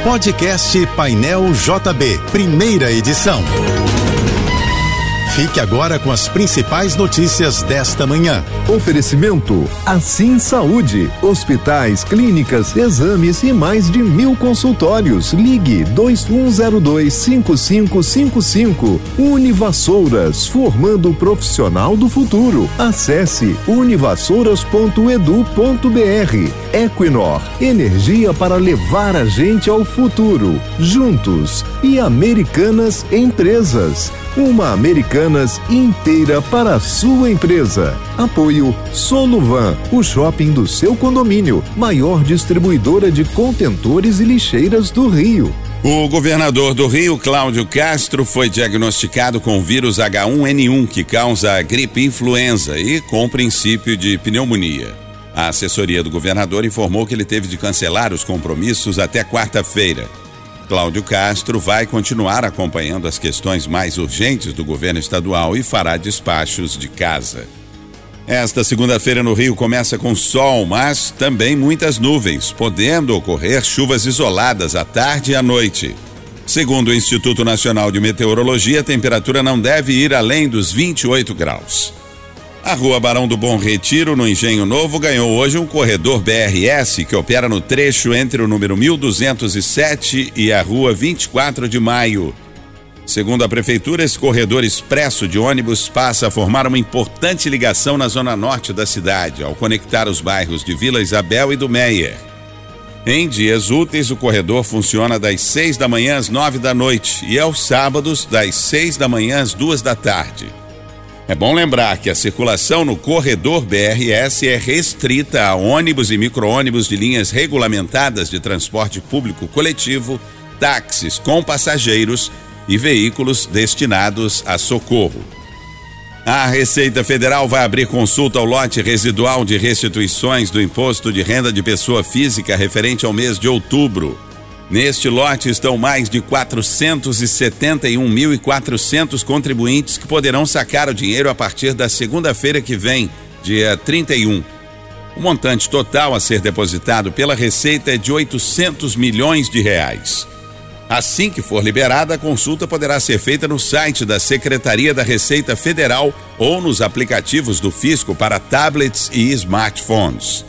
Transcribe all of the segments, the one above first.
Podcast Painel JB, primeira edição. Fique agora com as principais notícias desta manhã. Oferecimento Assim Saúde, hospitais, clínicas, exames e mais de 1000 consultórios. Ligue 2102-5555. Univassouras, formando o profissional do futuro. Acesse univassouras.edu.br. Equinor, energia para levar a gente ao futuro. Juntos. E Americanas Empresas. Uma Americanas inteira para a sua empresa. Apoio Soluvan, o shopping do seu condomínio, maior distribuidora de contentores e lixeiras do Rio. O governador do Rio, Cláudio Castro, foi diagnosticado com o vírus H1N1, que causa gripe influenza e com princípio de pneumonia. A assessoria do governador informou que ele teve de cancelar os compromissos até quarta-feira. Cláudio Castro vai continuar acompanhando as questões mais urgentes do governo estadual e fará despachos de casa. Esta segunda-feira no Rio começa com sol, mas também muitas nuvens, podendo ocorrer chuvas isoladas à tarde e à noite. Segundo o Instituto Nacional de Meteorologia, a temperatura não deve ir além dos 28 graus. A Rua Barão do Bom Retiro, no Engenho Novo, ganhou hoje um corredor BRS que opera no trecho entre o número 1207 e a Rua 24 de Maio. Segundo a Prefeitura, esse corredor expresso de ônibus passa a formar uma importante ligação na zona norte da cidade, ao conectar os bairros de Vila Isabel e do Meier. Em dias úteis, o corredor funciona das 6 da manhã às 9 da noite e aos sábados, das 6 da manhã às 2 da tarde. É bom lembrar que a circulação no corredor BRS é restrita a ônibus e micro-ônibus de linhas regulamentadas de transporte público coletivo, táxis com passageiros e veículos destinados a socorro. A Receita Federal vai abrir consulta ao lote residual de restituições do Imposto de Renda de Pessoa Física referente ao mês de outubro. Neste lote estão mais de 471.400 contribuintes que poderão sacar o dinheiro a partir da segunda-feira que vem, dia 31. O montante total a ser depositado pela Receita é de 800 milhões de reais. Assim que for liberada, a consulta poderá ser feita no site da Secretaria da Receita Federal ou nos aplicativos do Fisco para tablets e smartphones.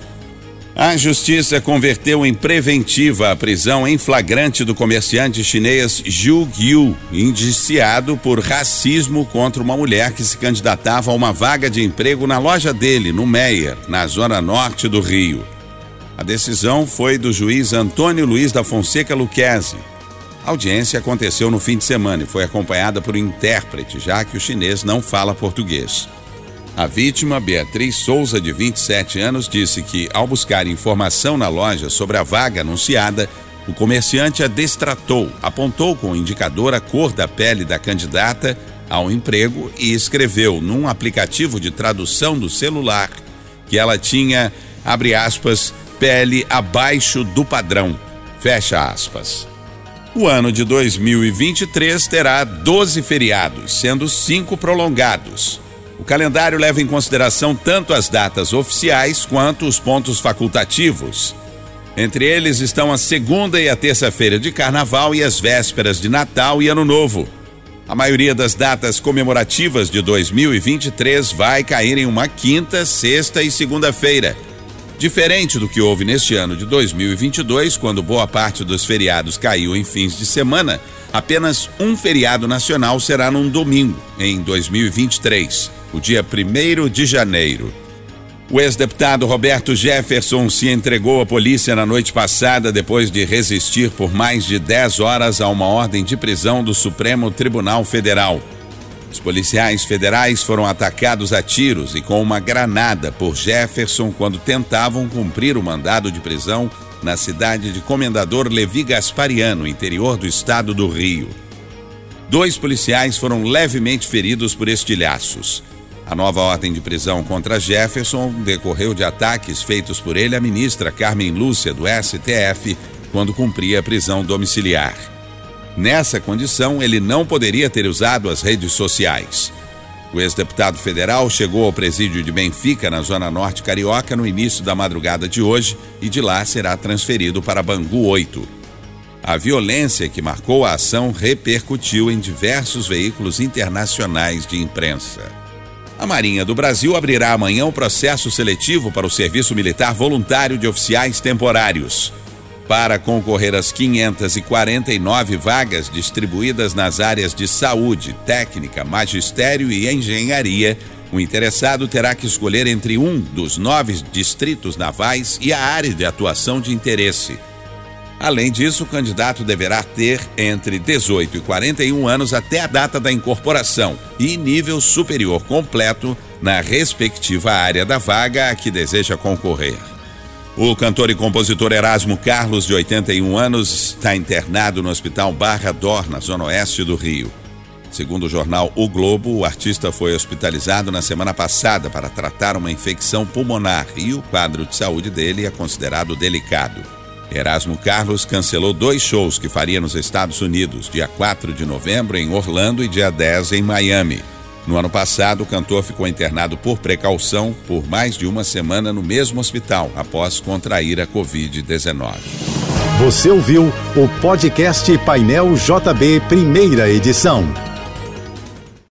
A Justiça converteu em preventiva a prisão em flagrante do comerciante chinês Zhu Yu, indiciado por racismo contra uma mulher que se candidatava a uma vaga de emprego na loja dele, no Meier, na zona norte do Rio. A decisão foi do juiz Antônio Luiz da Fonseca Lucchesi. A audiência aconteceu no fim de semana e foi acompanhada por um intérprete, já que o chinês não fala português. A vítima, Beatriz Souza, de 27 anos, disse que, ao buscar informação na loja sobre a vaga anunciada, o comerciante a destratou, apontou com o indicador a cor da pele da candidata ao emprego e escreveu num aplicativo de tradução do celular que ela tinha, abre aspas, pele abaixo do padrão, fecha aspas. O ano de 2023 terá 12 feriados, sendo 5 prolongados. O calendário leva em consideração tanto as datas oficiais quanto os pontos facultativos. Entre eles estão a segunda e a terça-feira de Carnaval e as vésperas de Natal e Ano Novo. A maioria das datas comemorativas de 2023 vai cair em uma quinta, sexta e segunda-feira. Diferente do que houve neste ano de 2022, quando boa parte dos feriados caiu em fins de semana, apenas um feriado nacional será num domingo, em 2023. O dia 1º de janeiro. O ex-deputado Roberto Jefferson se entregou à polícia na noite passada depois de resistir por mais de 10 horas a uma ordem de prisão do Supremo Tribunal Federal. Os policiais federais foram atacados a tiros e com uma granada por Jefferson quando tentavam cumprir o mandado de prisão na cidade de Comendador Levi Gaspariano, interior do estado do Rio. 2 policiais foram levemente feridos por estilhaços. A nova ordem de prisão contra Jefferson decorreu de ataques feitos por ele à ministra Carmen Lúcia, do STF, quando cumpria a prisão domiciliar. Nessa condição, ele não poderia ter usado as redes sociais. O ex-deputado federal chegou ao presídio de Benfica, na zona norte carioca, no início da madrugada de hoje e de lá será transferido para Bangu 8. A violência que marcou a ação repercutiu em diversos veículos internacionais de imprensa. A Marinha do Brasil abrirá amanhã o processo seletivo para o Serviço Militar Voluntário de Oficiais Temporários. Para concorrer às 549 vagas distribuídas nas áreas de saúde, técnica, magistério e engenharia, o interessado terá que escolher entre um dos 9 distritos navais e a área de atuação de interesse. Além disso, o candidato deverá ter entre 18 e 41 anos até a data da incorporação e nível superior completo na respectiva área da vaga a que deseja concorrer. O cantor e compositor Erasmo Carlos, de 81 anos, está internado no Hospital Barra d'Or, na zona oeste do Rio. Segundo o jornal O Globo, o artista foi hospitalizado na semana passada para tratar uma infecção pulmonar e o quadro de saúde dele é considerado delicado. Erasmo Carlos cancelou 2 shows que faria nos Estados Unidos, dia 4 de novembro em Orlando e dia 10 em Miami. No ano passado, o cantor ficou internado por precaução por mais de uma semana no mesmo hospital, após contrair a Covid-19. Você ouviu o podcast Painel JB, primeira edição.